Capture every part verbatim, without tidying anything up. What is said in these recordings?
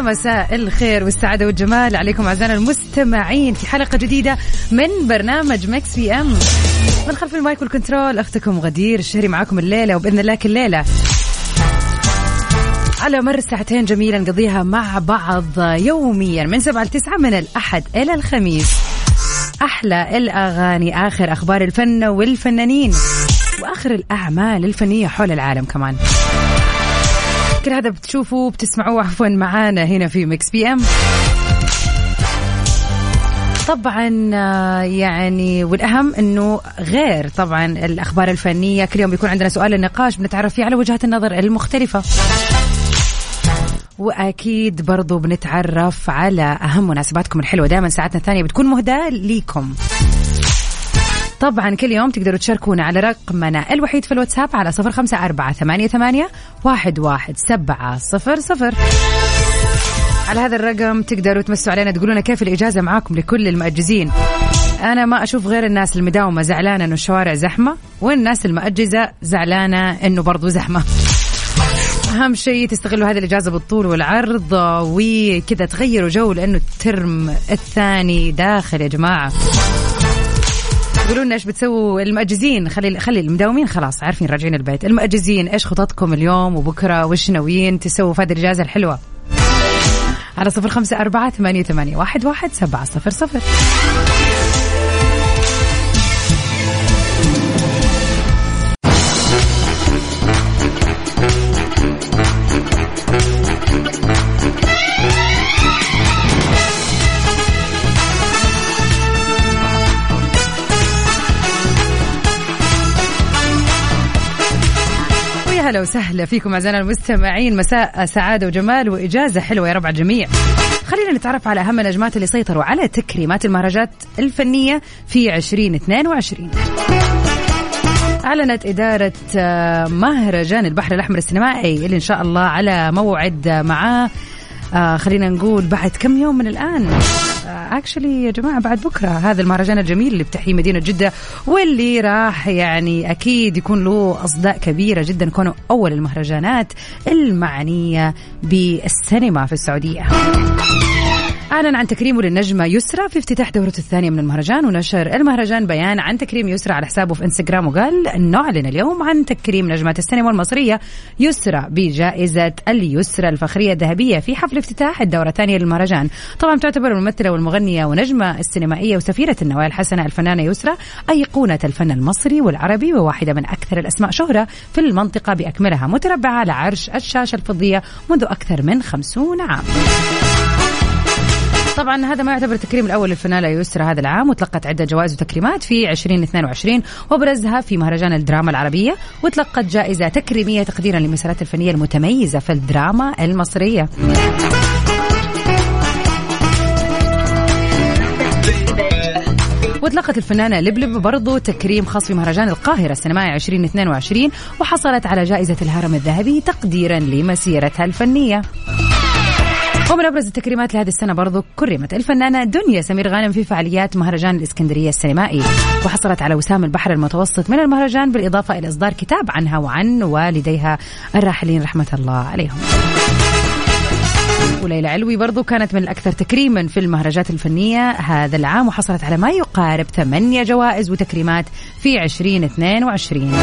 يا مساء الخير والسعادة والجمال عليكم أعزائنا المستمعين في حلقة جديدة من برنامج مكس بي ام. من خلف المايك والكنترول أختكم غدير الشهري معاكم الليلة، وبإذن الله كل ليلة على مر ساعتين جميلة نقضيها مع بعض يوميا من سبعة لتسعة من الأحد إلى الخميس. أحلى الأغاني، آخر أخبار الفن والفنانين، وآخر الأعمال الفنية حول العالم كمان. كل هذا بتشوفوا بتسمعوه عفوا معانا هنا في ميكس بي ام. طبعا يعني والأهم أنه غير طبعا الأخبار الفنية، كل يوم بيكون عندنا سؤال النقاش بنتعرف فيه على وجهات النظر المختلفة، وأكيد برضو بنتعرف على أهم مناسباتكم الحلوة. دائما ساعتنا الثانية بتكون مهداة ليكم. طبعا كل يوم تقدروا تشاركونا على رقمنا الوحيد في الواتساب على صفر خمسة أربعة ثمانية ثمانية واحد واحد سبعة صفر صفر. على هذا الرقم تقدروا تمسوا علينا تقولونا كيف الإجازة معاكم لكل المأجزين. أنا ما أشوف غير الناس المداومة زعلانة إنه الشوارع زحمة، والناس المأجزة زعلانة إنه برضو زحمة. أهم شيء تستغلوا هذه الإجازة بالطول والعرض وكذا تغيروا جو، لأنه الترم الثاني داخل يا جماعة. قولوا لنا ايش بتسووا المأجزين، خلي خلي المداومين خلاص عارفين راجعين البيت. المأجزين ايش خططكم اليوم وبكره، وش ناويين تسووا في هذه الإجازة الحلوة؟ على صفر خمسة أربعة ثمانية ثمانية واحد واحد سبعة صفر صفر. أهلا وسهلا فيكم أعزائنا المستمعين. مساء سعادة وجمال وإجازة حلوة يا رب على الجميع. خلينا نتعرف على أهم النجمات اللي سيطروا على تكريمات المهرجانات الفنية في عشرين اثنين وعشرين. أعلنت إدارة مهرجان البحر الأحمر السينمائي اللي إن شاء الله على موعد معاه آه خلينا نقول بعد كم يوم من الآن، اكشلي يا جماعة بعد بكرة، هذا المهرجان الجميل اللي بتحيي مدينة جدة، واللي راح يعني أكيد يكون له أصداء كبيرة جدا، كونه أول المهرجانات المعنية بالسينما في السعودية. أعلن عن تكريمه للنجمة يسرى في افتتاح دورته الثانية من المهرجان، ونشر المهرجان بيان عن تكريم يسرى على حسابه في انستغرام، وقال نعلن اليوم عن تكريم نجمة السينما المصرية يسرى بجائزة اليسرى الفخرية الذهبية في حفل افتتاح الدورة الثانية للمهرجان. طبعا تعتبر الممثلة والمغنية ونجمة السينمائية وسفيرة النوايا الحسنة الفنانة يسرى أيقونة الفن المصري والعربي، وواحدة من أكثر الأسماء شهرة في المنطقة بأكملها، متربعة على عرش الشاشة الفضية منذ أكثر من خمسون عام. طبعا هذا ما يعتبر التكريم الأول للفنانة يسرى هذا العام، وتلقت عدة جوائز وتكريمات في عشرين اثنين وعشرين، وبرزها في مهرجان الدراما العربية، وتلقت جائزة تكريمية تقديرا للمسيرات الفنية المتميزة في الدراما المصرية. وتلقت الفنانة لبلب برضو تكريم خاص في مهرجان القاهرة السينمائي عشرين اثنين وعشرين، وحصلت على جائزة الهرم الذهبي تقديرا لمسيرتها الفنية. ومن أبرز التكريمات لهذه السنة برضو كرمت الفنانة دنيا سمير غانم في فعاليات مهرجان الإسكندرية السينمائي، وحصلت على وسام البحر المتوسط من المهرجان، بالإضافة إلى إصدار كتاب عنها وعن والديها الراحلين رحمة الله عليهم. وليلى علوي برضو كانت من الأكثر تكريما في المهرجات الفنية هذا العام، وحصلت على ما يقارب ثمانية جوائز وتكريمات في عشرين اثنين وعشرين.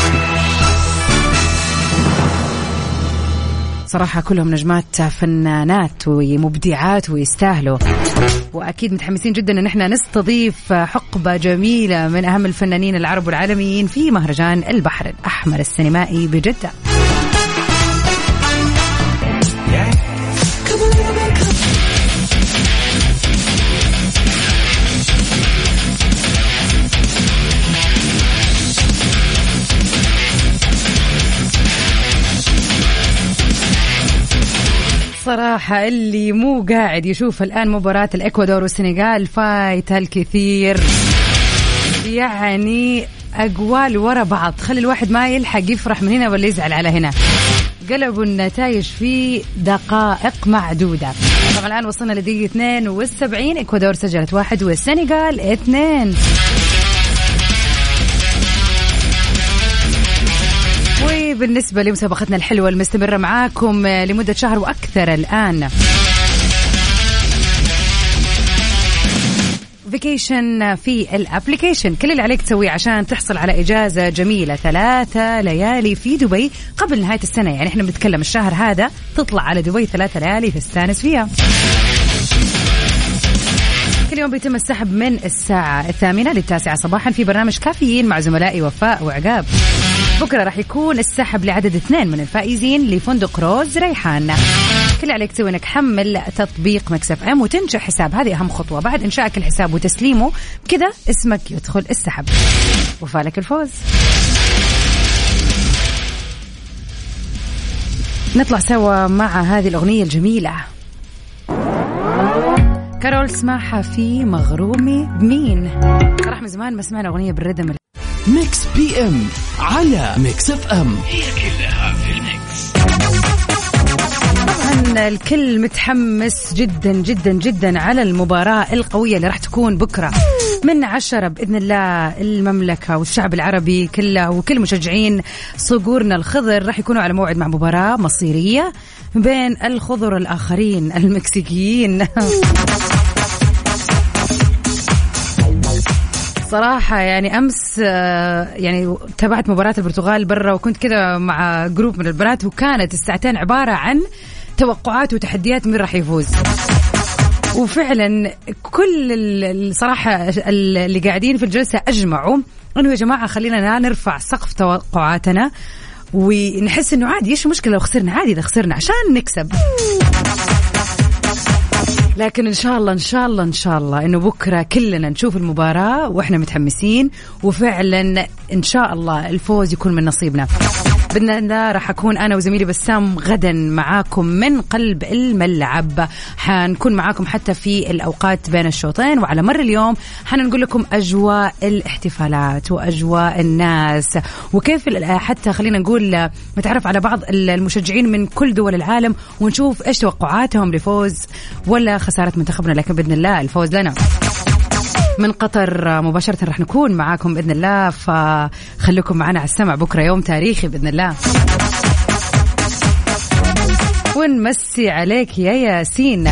صراحة كلهم نجمات فنانات ومبدعات ويستاهلوا، وأكيد متحمسين جدا أن احنا نستضيف حقبة جميلة من أهم الفنانين العرب والعالميين في مهرجان البحر الأحمر السينمائي بجدة. صراحة اللي مو قاعد يشوف الآن مباراة الإكوادور والسنغال فايت الكثير، يعني أقوال ورا بعض، خلي الواحد ما يلحق يفرح من هنا ولا يزعل على هنا. قلبوا النتائج في دقائق معدودة. طبعا الآن وصلنا لدقيقة اثنين وسبعين، إكوادور سجلت واحد والسنغال اثنين. وبالنسبة لمسابقتنا الحلوة المستمرة معاكم لمدة شهر وأكثر الآن، فيكيشن في الابليكيشن. كل اللي عليك تسويه عشان تحصل على إجازة جميلة ثلاثة ليالي في دبي قبل نهاية السنة، يعني احنا بنتكلم الشهر هذا تطلع على دبي ثلاثة ليالي تستانس فيها. كل يوم بيتم السحب من الساعة الثامنة للتاسعة صباحا في برنامج كافيين مع زملائي وفاء وعقاب. بكرة راح يكون السحب لعدد اثنين من الفائزين لفندق روز ريحان. كل عليك تسوي انك حمل تطبيق ميكس اف ام وتنشئ حساب، هذه اهم خطوة. بعد انشائك الحساب وتسليمه كذا اسمك يدخل السحب وفالك الفوز. نطلع سوا مع هذه الأغنية الجميلة كارول سماحة في مغرومي بمين. صراحة من زمان ما سمعنا أغنية بالردم. ميكس بي ام على ميكس اف ام، هي كلها في الميكس. طبعا الكل متحمس جدا جدا جدا على المباراة القوية اللي راح تكون بكرة من عشرة بإذن الله. المملكة والشعب العربي كله وكل مشجعين صقورنا الخضر راح يكونوا على موعد مع مباراة مصيرية بين الخضر الآخرين المكسيكيين. صراحة يعني أمس يعني تابعت مباراة البرتغال برا، وكنت كده مع جروب من البنات، وكانت الساعتين عبارة عن توقعات وتحديات مين راح يفوز. وفعلا كل الصراحة اللي قاعدين في الجلسة أجمعوا أنه يا جماعة خلينا نرفع سقف توقعاتنا ونحس أنه عادي، إيش مشكلة لو خسرنا، عادي إذا خسرنا عشان نكسب. لكن إن شاء الله إن شاء الله إن شاء الله إنه بكرة كلنا نشوف المباراة وإحنا متحمسين، وفعلا إن شاء الله الفوز يكون من نصيبنا بإذن الله. راح أكون أنا وزميلي بسام غدا معاكم من قلب الملعب، حنكون معاكم حتى في الأوقات بين الشوطين، وعلى مر اليوم حنقول لكم أجواء الاحتفالات وأجواء الناس وكيف حتى خلينا نقول نتعرف على بعض المشجعين من كل دول العالم ونشوف إيش توقعاتهم لفوز ولا خسارة منتخبنا. لكن بإذن الله الفوز لنا. من قطر مباشرة رح نكون معاكم بإذن الله، فخلوكم معنا على السمع. بكرة يوم تاريخي بإذن الله. ونمسي عليك يا ياسين،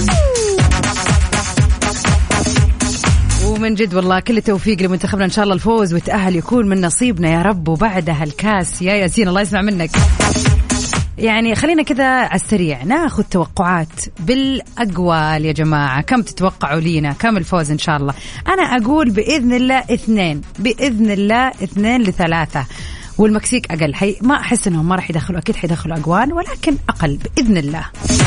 ومن جد والله كل التوفيق لمنتخبنا، إن شاء الله الفوز وتأهل يكون من نصيبنا يا رب، وبعدها الكاس يا ياسين الله يسمع منك. يعني خلينا كذا على السريع ناخذ توقعات بالأقوال يا جماعة. كم تتوقعوا لينا؟ كم الفوز إن شاء الله؟ أنا أقول بإذن الله اثنين، بإذن الله اثنين لثلاثة، والمكسيك أقل. حي... ما أحس إنهم ما راح يدخلوا، أكيد حيدخلوا أقوال ولكن أقل بإذن الله.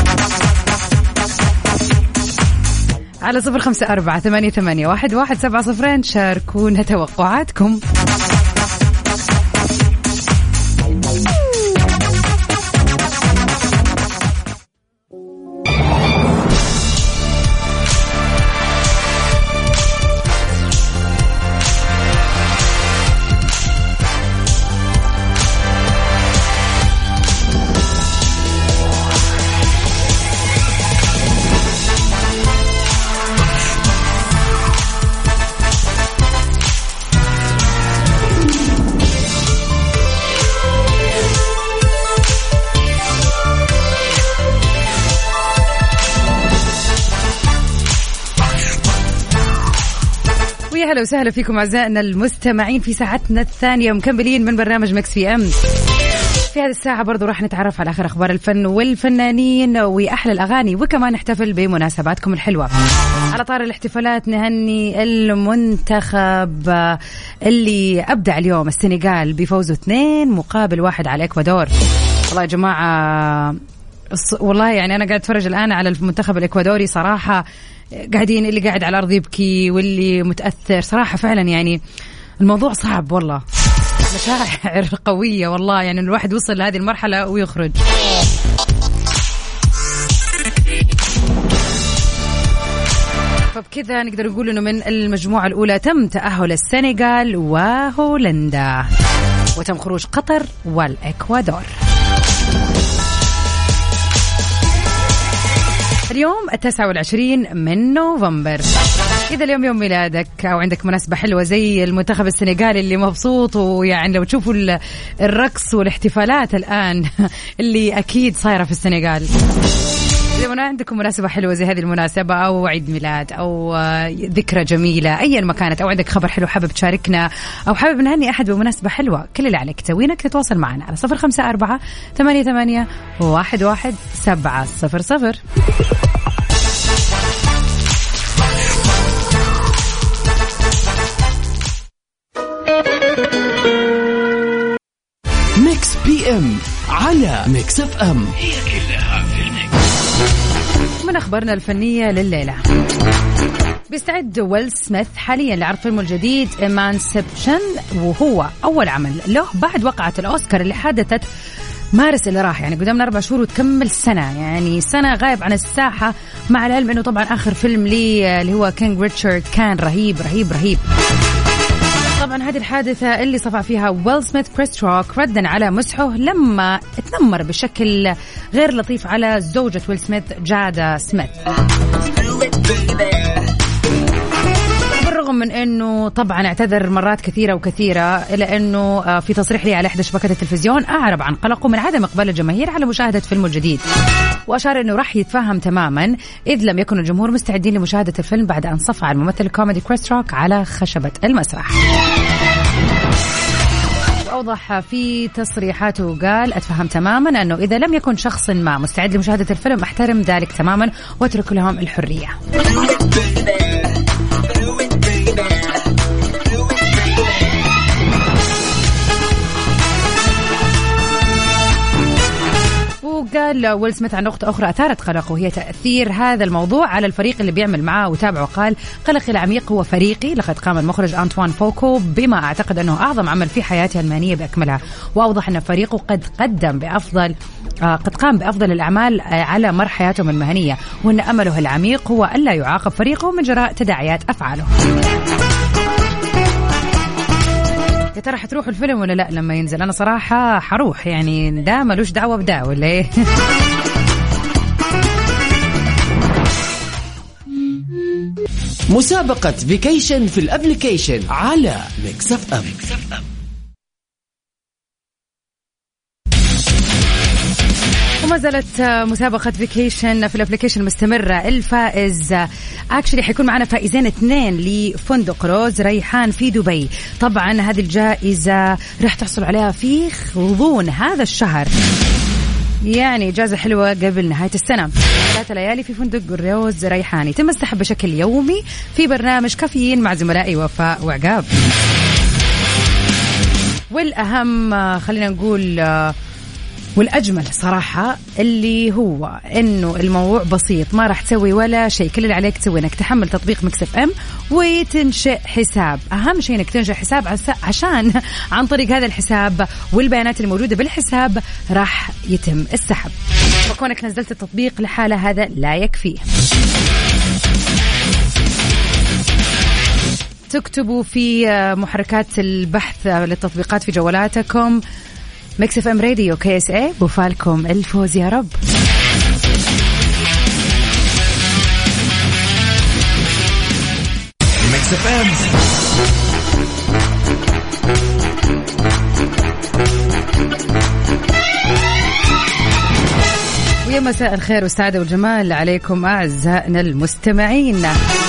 على صفر خمسة أربعة ثمانية ثمانية واحد واحد سبعة صفرين شاركونا توقعاتكم. أهلا وسهلا فيكم أعزائنا المستمعين في ساعتنا الثانية مكملين من برنامج مكس في أم. في هذه الساعة برضو راح نتعرف على آخر أخبار الفن والفنانين وأحلى الأغاني، وكمان نحتفل بمناسباتكم الحلوة. على طار الاحتفالات نهني المنتخب اللي أبدع اليوم السنغال بفوزه اثنين مقابل واحد على الإكوادور. والله يا جماعة والله يعني أنا قاعد أتفرج الآن على المنتخب الإكوادوري، صراحة قاعدين اللي قاعد على الأرض يبكي واللي متأثر، صراحة فعلا يعني الموضوع صعب والله، مشاعر قوية والله، يعني الواحد وصل لهذه المرحلة ويخرج. فبكذا نقدر نقول إنه من المجموعة الأولى تم تأهل السنغال وهولندا، وتم خروج قطر والإكوادور. اليوم التاسع والعشرين من نوفمبر. إذا اليوم يوم ميلادك أو عندك مناسبة حلوة زي المنتخب السنغالي اللي مبسوط، ويعني لو تشوفوا الرقص والاحتفالات الآن اللي أكيد صايرة في السنغال، إذا ما عندكم مناسبة حلوة زي هذه المناسبة أو عيد ميلاد أو ذكرى جميلة أيا ما كانت، أو عندك خبر حلو حابب تشاركنا أو حابب نهني أحد بمناسبة حلوة، كل اللي عليك تسوينك تتواصل معنا على صفر خمسة أربعة ثمانية ثمانية واحد واحد سبعة صفر صفر. ميكس بي ام على ميكس اف ام، هي كلها في الميكس. من أخبارنا الفنية لليلة، بيستعد ويل سميث حاليا لعرض فيلمه الجديد إيمانسيبشن، وهو أول عمل له بعد وقعة الأوسكار اللي حدثت مارس اللي راح، يعني قدامنا أربع شهور وتكمل سنة، يعني سنة غايب عن الساحة، مع العلم أنه طبعا آخر فيلم لي اللي هو كينج ريتشارد كان رهيب رهيب رهيب. طبعا هذه الحادثة اللي صفع فيها ويل سميث كريس روك ردا على مسحه لما اتنمر بشكل غير لطيف على زوجة ويل سميث جادا سميث، بالرغم من أنه طبعا اعتذر مرات كثيرة وكثيرة، إلا أنه في تصريح لي على إحدى شبكات التلفزيون أعرب عن قلقه من عدم إقبال الجماهير على مشاهدة فيلمه الجديد، وأشار أنه راح يتفهم تماما إذ لم يكن الجمهور مستعدين لمشاهدة الفيلم بعد أن صفع الممثل الكوميدي كريس روك على خشبة المسرح. أوضح في تصريحاته وقال: أتفهم تماما أنه إذا لم يكن شخص ما مستعد لمشاهدة الفيلم أحترم ذلك تماما واترك لهم الحرية. وقال ويل سميث عن نقطة أخرى أثارت قلقه، وهي تأثير هذا الموضوع على الفريق اللي بيعمل معاه وتابعه. قال: قلقي العميق هو فريقي، لقد قام المخرج أنطوان فوكو بما أعتقد أنه أعظم عمل في حياته المهنية بأكملها، وأوضح أن فريقه قد قدم بأفضل آه قد قام بأفضل الأعمال آه على مر حياتهم المهنية، وأن أمله العميق هو ألا يعاقب فريقه من جراء تداعيات أفعاله. يا ترى حتروح الفيلم ولا لا لما ينزل؟ أنا صراحة حروح، يعني ده ملوش دعوة بدا ولا إيه؟ مسابقة فيكيشن في الابليكيشن على ميكس اف ام. وما زالت مسابقة فيكيشن في الابليكيشن مستمرة. الفائز اكشلي حيكون معنا فائزين اثنين لفندق روز ريحان في دبي. طبعا هذه الجائزة راح تحصل عليها في غضون هذا الشهر، يعني جائزة حلوة قبل نهاية السنة. ثلاثة ليالي في فندق روز ريحان يتم السحب بشكل يومي في برنامج كافيين مع زملائي وفاء وعقاب. والأهم خلينا نقول والأجمل صراحة اللي هو إنه الموضوع بسيط، ما راح تسوي ولا شيء، كل اللي عليك تسوي إنك تحمل تطبيق ميكس اف ام وتنشئ حساب. أهم شيء إنك تنشئ حساب عشان عن طريق هذا الحساب والبيانات الموجودة بالحساب راح يتم السحب، وكونك نزلت التطبيق لحالة هذا لا يكفي. تكتبوا في محركات البحث للتطبيقات في جوالاتكم ميكس اف ام راديو كي اس اي، بوفالكم الفوز يا رب. ميكس اف ام. ويا مساء الخير والسعادة والجمال عليكم أعزائنا المستمعين.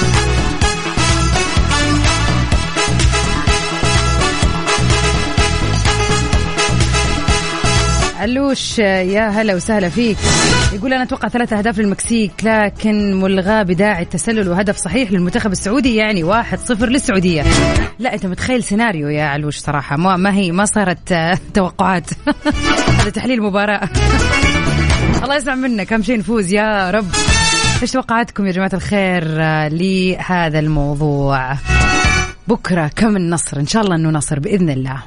علوش يا هلا وسهلا فيك. يقول أنا أتوقع ثلاثة أهداف للمكسيك لكن ملغى بداعي التسلل، وهدف صحيح للمنتخب السعودي، يعني واحد صفر للسعودية. لا أنت متخيل سيناريو يا علوش صراحة، ما ما هي ما صارت توقعات. هذا تحليل مباراة. الله يسمع منا كم شيء نفوز يا رب. إيش توقعاتكم يا جماعة الخير لهذا الموضوع؟ بكرة كم النصر؟ إن شاء الله إنه نصر بإذن الله.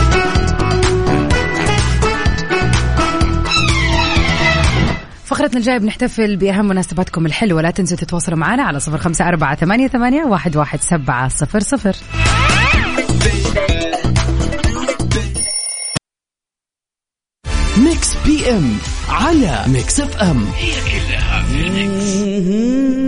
فقرتنا الجاية بنحتفل بأهم مناسباتكم الحلوة. لا تنسوا تتواصلوا معنا على صفر خمسة أربعة ثمانية ثمانية واحد واحد سبعة صفر صفر. ميكس بي ام على ميكس اف ام، هي كلها في الميكس.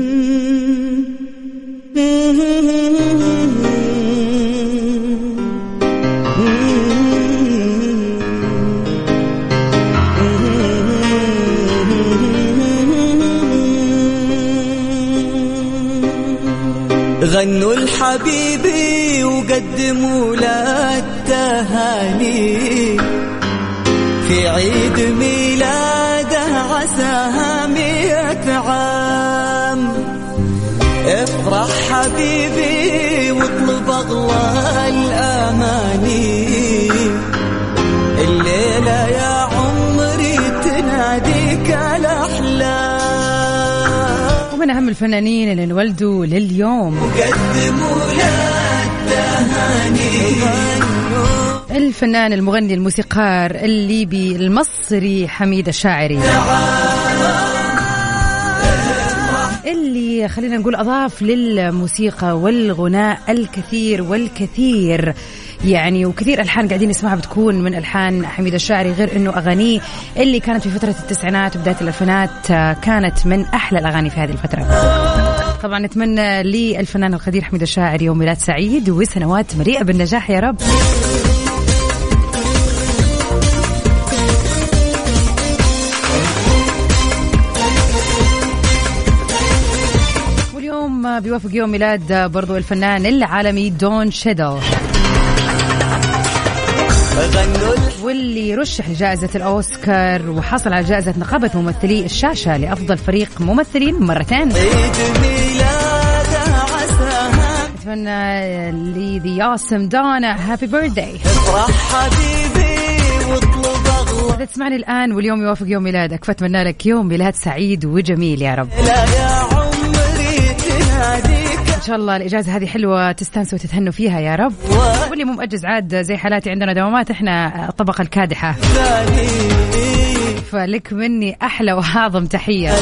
غنوا الحبيبي وقدموا له التهاني في عيد ميلاده عساها مئة عام. افرح حبيبي واطلب أغلى الأماني، الليلة يا عمري تناديك الأحلام. ومن أهم الفنانين اللي انولدوا لليوم وقدموا له التهاني الفنان المغني الموسيقار الليبي المصري حميد الشاعري، اللي خلينا نقول أضاف للموسيقى والغناء الكثير والكثير يعني، وكثير ألحان قاعدين نسمعها بتكون من ألحان حميد الشاعري، غير أنه أغانيه اللي كانت في فترة التسعينات وبداية الألفينات كانت من أحلى الأغاني في هذه الفترة. طبعا نتمنى للفنان القدير حميد الشاعري يوم ميلاد سعيد وسنوات مليئة بالنجاح يا رب. واليوم بيوافق يوم ميلاد برضو الفنان العالمي دون شيدل، واللي رشح لجائزة الأوسكار وحصل على جائزة نقابة ممثلي الشاشة لأفضل فريق ممثلين مرتين. أتمنى لذي ياسم دانا هابي بيرثداي. إذا تسمعني الآن واليوم يوافق يوم ميلادك فأتمنى لك يوم ميلاد سعيد وجميل يا رب. إن شاء الله الإجازة هذه حلوة تستانسوا وتتهنوا فيها يا رب. واللي مو مؤجز عاد زي حالاتي عندنا دوامات، إحنا الطبقة الكادحة، فلك مني أحلى وأعظم تحية.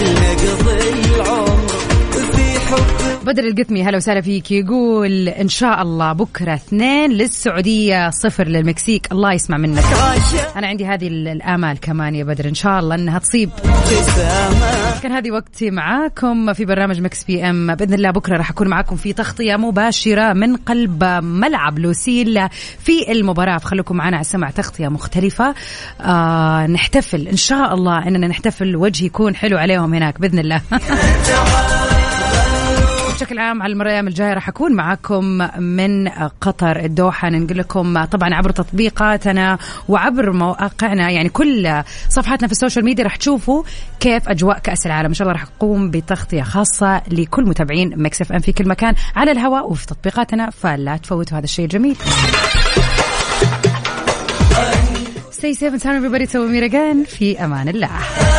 بدر القثمي هلا وسهلا فيك، يقول إن شاء الله بكرة اثنين للسعودية صفر للمكسيك، الله يسمع منك. أنا عندي هذه الآمال كمان يا بدر، إن شاء الله أنها تصيب. كان هذه وقتي معاكم في برنامج مكس بي ام، بإذن الله بكرة راح أكون معاكم في تغطية مباشرة من قلب ملعب لوسيل في المباراة، فخلوكم معنا على السمع، تغطية مختلفة. آه نحتفل إن شاء الله أننا نحتفل، وجه يكون حلو عليهم هناك بإذن الله. بشكل عام على المرة الجاية راح أكون معكم من قطر الدوحة، ننقل لكم طبعا عبر تطبيقاتنا وعبر مواقعنا، يعني كل صفحاتنا في السوشيال ميديا راح تشوفوا كيف أجواء كأس العالم. إن شاء الله راح أقوم بتغطية خاصة لكل متابعين ميكس اف ام في كل مكان على الهواء وفي تطبيقاتنا، فلا تفوتوا هذا الشيء الجميل. Stay safe and everybody. سوي ميرجان في أمان الله.